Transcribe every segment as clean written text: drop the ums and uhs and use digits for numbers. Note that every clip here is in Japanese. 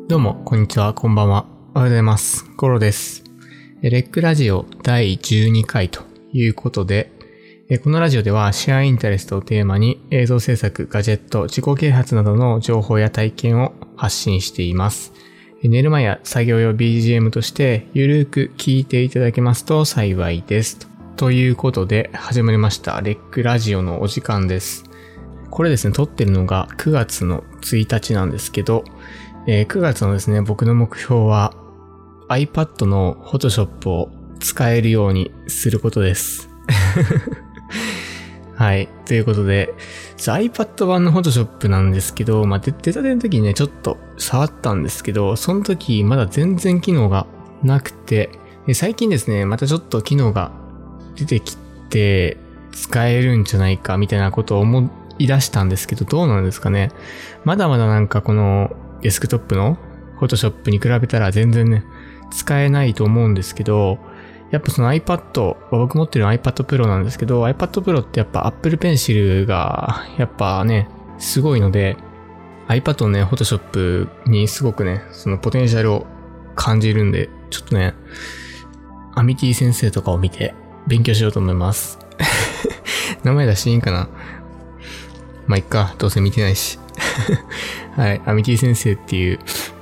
どうも、こんにちは、こんばんは。おはようございます。ゴロです。レックラジオ第12回ということで、このラジオではシェアインタレストをテーマに映像制作、ガジェット、自己啓発などの情報や体験を発信しています。寝る前や作業用 BGM としてゆるく聞いていただけますと幸いです。ということで始まりましたレックラジオのお時間です。これですね、撮ってるのが9月の1日なんですけど、9月のですね、僕の目標は iPad の Photoshop を使えるようにすることです。はい。ということで、iPad 版の Photoshop なんですけど、出たての時にね、ちょっと触ったんですけど、その時まだ全然機能がなくて、最近ですね、またちょっと機能が出てきて、使えるんじゃないかみたいなことを思い出したんですけど、どうなんですかね。まだまだなんかこのデスクトップの Photoshop に比べたら全然ね、使えないと思うんですけど、やっぱその iPad、僕持ってる iPad Pro なんですけど、iPad Pro ってやっぱ Apple Pencil がやっぱね、すごいので、iPad のね、Photoshop にすごくね、そのポテンシャルを感じるんで、ちょっとね、アミティ先生とかを見て勉強しようと思います。名前出していいんかな？いっか、どうせ見てないし。はい、アミティ先生っていう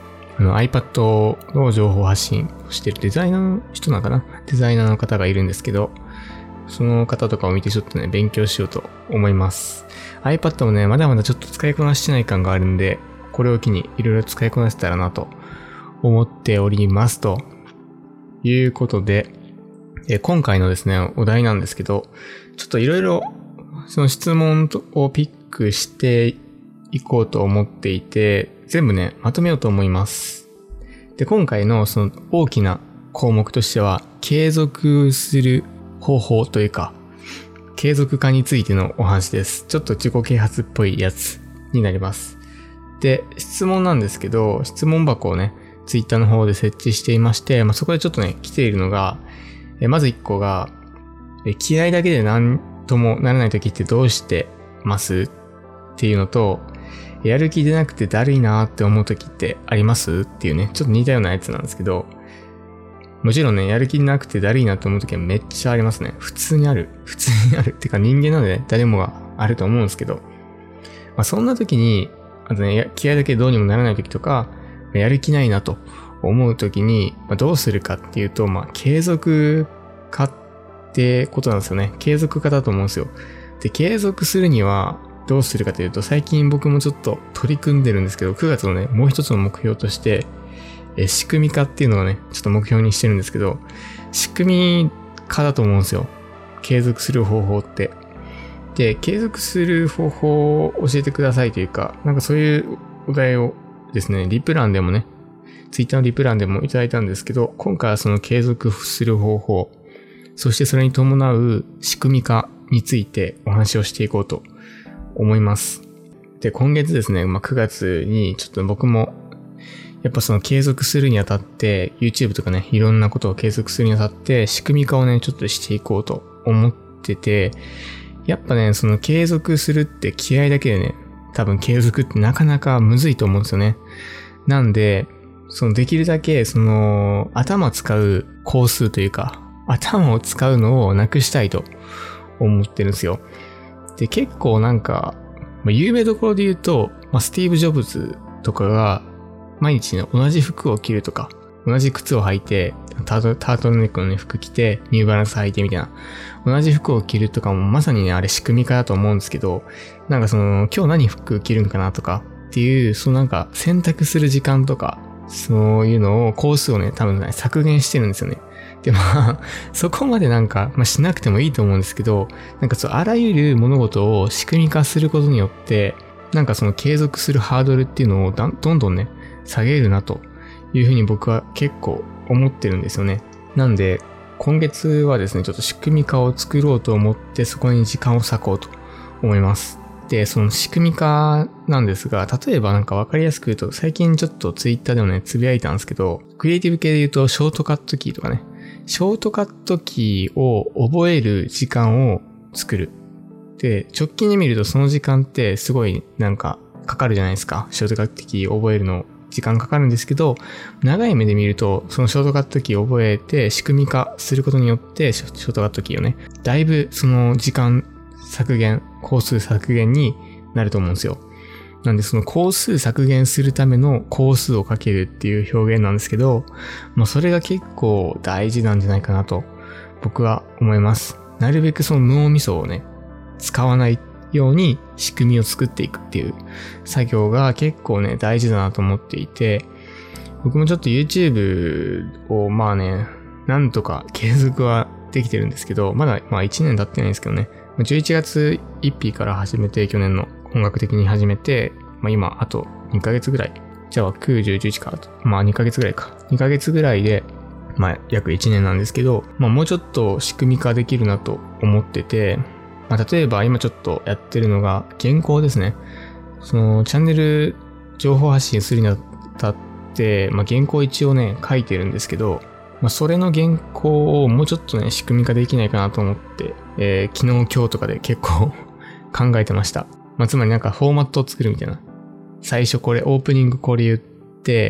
iPad の情報発信をしてるデザイナーの人なのかな？デザイナーの方がいるんですけど、その方とかを見てちょっとね、勉強しようと思います。iPad もね、まだまだちょっと使いこなしてない感があるんで、これを機にいろいろ使いこなせたらなと思っておりますということで、今回のですね、お題なんですけど、ちょっといろいろその質問をピックしていこうと思っていて、全部ね、まとめようと思います。で、今回のその大きな項目としては、継続する方法というか、継続化についてのお話です。ちょっと自己啓発っぽいやつになります。で、質問なんですけど、質問箱をね、Twitter の方で設置していまして、そこでちょっとね、来ているのが、まず1個が、嫌いだけで何ともならない時ってどうしてますっていうのと、やる気出なくてだるいなーって思う時ってありますっていうね、ちょっと似たようなやつなんですけど、もちろんね、やる気なくてだるいなって思う時はめっちゃありますね。普通にあるってか人間なので、ね、誰もがあると思うんですけど、そんな時に、あとね、嫌いだけでどうにもならない時とか、やる気ないなと思う時に、どうするかっていうと、継続化ってことなんですよね。継続化だと思うんですよ。で、継続するにはどうするかというと、最近僕もちょっと取り組んでるんですけど、9月のね、もう一つの目標として、仕組み化っていうのをね、ちょっと目標にしてるんですけど、仕組み化だと思うんですよ。継続する方法って。で、継続する方法を教えてくださいというか、なんかそういうお題をですね、リプランでもね、Twitter のリプランでもいただいたんですけど、今回はその継続する方法、そしてそれに伴う仕組み化についてお話をしていこうと思います。で、今月ですね、9月にちょっと僕もやっぱその継続するにあたって YouTube とかね、いろんなことを継続するにあたって仕組み化をね、ちょっとしていこうと思ってて、やっぱね、その継続するって嫌いだけでね、多分継続ってなかなかむずいと思うんですよね。なんで、そのできるだけその頭使う工数というか、頭を使うのをなくしたいと思ってるんですよ。で、結構なんか、有名どころで言うと、スティーブ・ジョブズとかが毎日ね、同じ服を着るとか、同じ靴を履いて、タートルネックのね、服着て、ニューバランス履いてみたいな。同じ服を着るとかもまさにね、あれ仕組み化だと思うんですけど、なんかその、今日何服着るのかなとかっていう、そのなんか選択する時間とか、そういうのを、コースをね、多分ね、削減してるんですよね。で、そこまでなんか、しなくてもいいと思うんですけど、なんかそう、あらゆる物事を仕組み化することによって、なんかその継続するハードルっていうのをどんどんね、下げるなというふうに僕は結構思ってるんですよね。なんで、今月はですね、ちょっと仕組み化を作ろうと思って、そこに時間を割こうと思います。で、その仕組み化なんですが、例えばなんかわかりやすく言うと、最近ちょっとツイッターでもね、つぶやいたんですけど、クリエイティブ系で言うと、ショートカットキーとかね、ショートカットキーを覚える時間を作る。で、直近で見るとその時間ってすごいなんかかかるじゃないですか。ショートカットキーを覚えるの時間かかるんですけど、長い目で見ると、そのショートカットキーを覚えて仕組み化することによって、ショートカットキーをね、だいぶその時間削減、工数削減になると思うんですよ。なんでその工数削減するための工数をかけるっていう表現なんですけど、それが結構大事なんじゃないかなと僕は思います。なるべくその脳みそをね、使わないように仕組みを作っていくっていう作業が結構ね、大事だなと思っていて、僕もちょっと YouTube をなんとか継続はできてるんですけど、まだ1年経ってないんですけどね、11月1日から始めて、去年の本格的に始めて、今あと2ヶ月ぐらい。じゃあ9、10、11か。2ヶ月ぐらいか。2ヶ月ぐらいで、約1年なんですけど、もうちょっと仕組み化できるなと思ってて、例えば今ちょっとやってるのが原稿ですね。そのチャンネル情報発信するにあたって、原稿一応ね、書いてるんですけど、それの原稿をもうちょっとね、仕組み化できないかなと思って、昨日今日とかで結構考えてました。つまりフォーマットを作るみたいな。最初これ、オープニングこれ言って、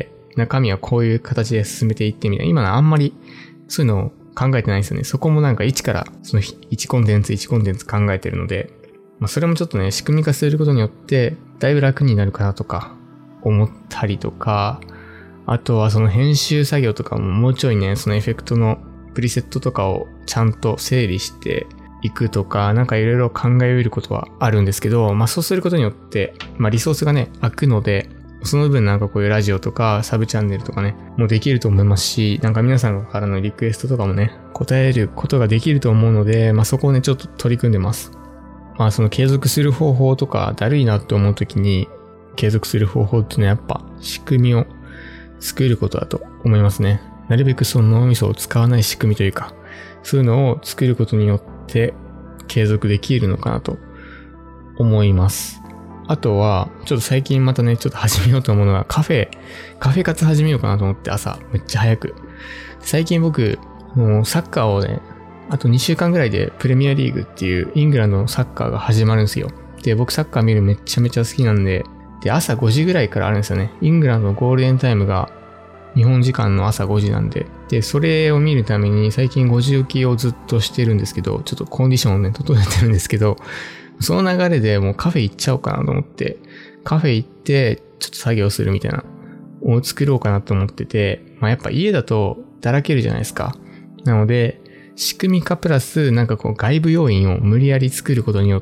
中身はこういう形で進めていってみたいな。今あんまりそういうのを考えてないんですよね。そこも一からその1コンテンツ考えてるので、それもちょっとね、仕組み化することによって、だいぶ楽になるかなとか思ったりとか、あとはその編集作業とかももうちょいね、そのエフェクトのプリセットとかをちゃんと整理していくとか、いろいろ考えうることはあるんですけど、そうすることによって、リソースがね、空くので、その分こういうラジオとかサブチャンネルとかね、もうできると思いますし、皆さんからのリクエストとかもね、答えることができると思うので、そこをね、ちょっと取り組んでます。その継続する方法とか、だるいなって思うときに、継続する方法っていうのはやっぱ仕組みを作ることだと思いますね。なるべくその脳みそを使わない仕組みというか、そういうのを作ることによって継続できるのかなと思います。あとは、ちょっと最近またね、ちょっと始めようと思うのがカフェ活始めようかなと思って、朝めっちゃ早く。最近僕、もうサッカーをね、あと2週間ぐらいでプレミアリーグっていうイングランドのサッカーが始まるんですよ。で、僕サッカー見るめちゃめちゃ好きなんで、朝5時ぐらいからあるんですよね。イングランドのゴールデンタイムが日本時間の朝5時なんで。で、それを見るために最近5時起きをずっとしてるんですけど、ちょっとコンディションをね、整えてるんですけど、その流れでもうカフェ行っちゃおうかなと思って、カフェ行ってちょっと作業するみたいなを作ろうかなと思ってて、やっぱ家だとだらけるじゃないですか。なので、仕組み化プラス外部要因を無理やり作ることによって、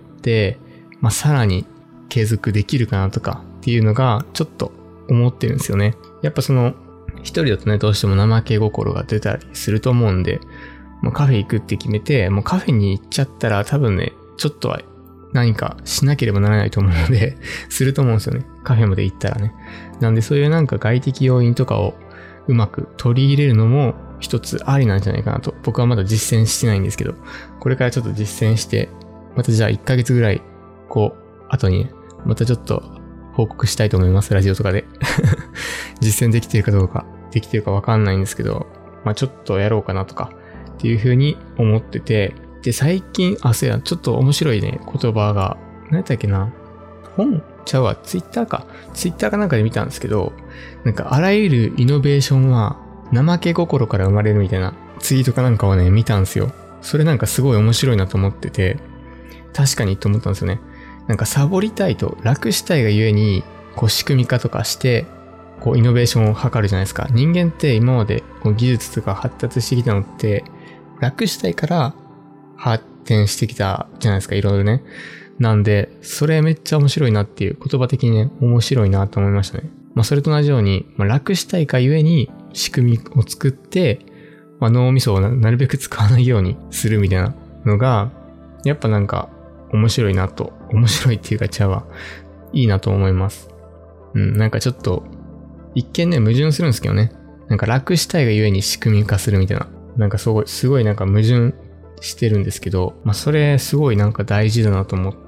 さらに継続できるかなとかっていうのがちょっと思ってるんですよね。やっぱその一人だとね、どうしても怠け心が出たりすると思うんで、カフェ行くって決めて、もうカフェに行っちゃったら多分ね、ちょっとは何かしなければならないと思うので、すると思うんですよね。カフェまで行ったらね。なんでそういう外的要因とかをうまく取り入れるのも一つありなんじゃないかなと。僕はまだ実践してないんですけど、これからちょっと実践して、またじゃあ1ヶ月ぐらい、後にね、またちょっと報告したいと思います。ラジオとかで。実践できてるかどうか、できてるかわかんないんですけど、ちょっとやろうかなとか、っていう風に思ってて、で、最近、そうや、ちょっと面白いね、言葉が、何やったっけな。ツイッターかなんかで見たんですけど、あらゆるイノベーションは、怠け心から生まれるみたいなツイートかなんかをね、見たんですよ。それすごい面白いなと思ってて、確かにと思ったんですよね。サボりたいと、楽したいがゆえに、仕組み化とかして、イノベーションを図るじゃないですか。人間って今まで技術とか発達してきたのって、楽したいから発展してきたじゃないですか、いろいろね。なんで、それめっちゃ面白いなっていう、言葉的にね、面白いなと思いましたね。それと同じように、楽したいかゆえに仕組みを作って、脳みそをなるべく使わないようにするみたいなのが、やっぱ面白いなと、面白いっていうかいいなと思います。ちょっと、一見ね、矛盾するんですけどね。楽したいがゆえに仕組み化するみたいな。すごい矛盾してるんですけど、それすごい大事だなと思って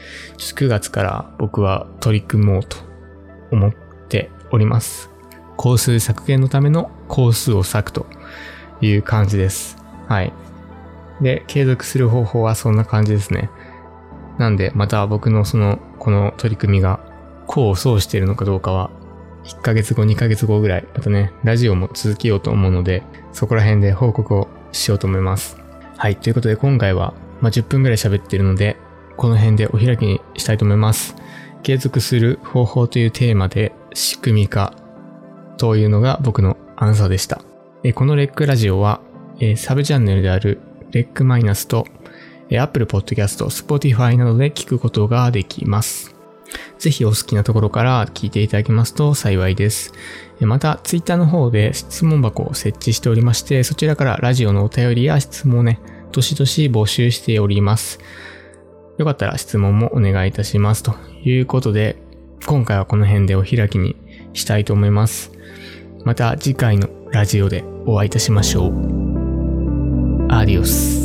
、9月から僕は取り組もうと思っております。工数削減のための工数を割くという感じです。はい。で、継続する方法はそんな感じですね。なんで、また僕のこの取り組みが功を奏しているのかどうかは、 1ヶ月後、2ヶ月後ぐらい、またね、ラジオも続けようと思うので、そこら辺で報告をしようと思います。はい、ということで今回は、10分ぐらい喋ってるので、この辺でお開きにしたいと思います。継続する方法というテーマで、仕組み化というのが僕のアンサーでした。このレックラジオは、サブチャンネルであるレックマイナスと、Apple Podcast、Spotify などで聞くことができます。ぜひお好きなところから聞いていただけますと幸いです。また、Twitter の方で質問箱を設置しておりまして、そちらからラジオのお便りや質問をね、どしどし募集しております。よかったら質問もお願いいたします。ということで、今回はこの辺でお開きにしたいと思います。また次回のラジオでお会いいたしましょう。アディオス。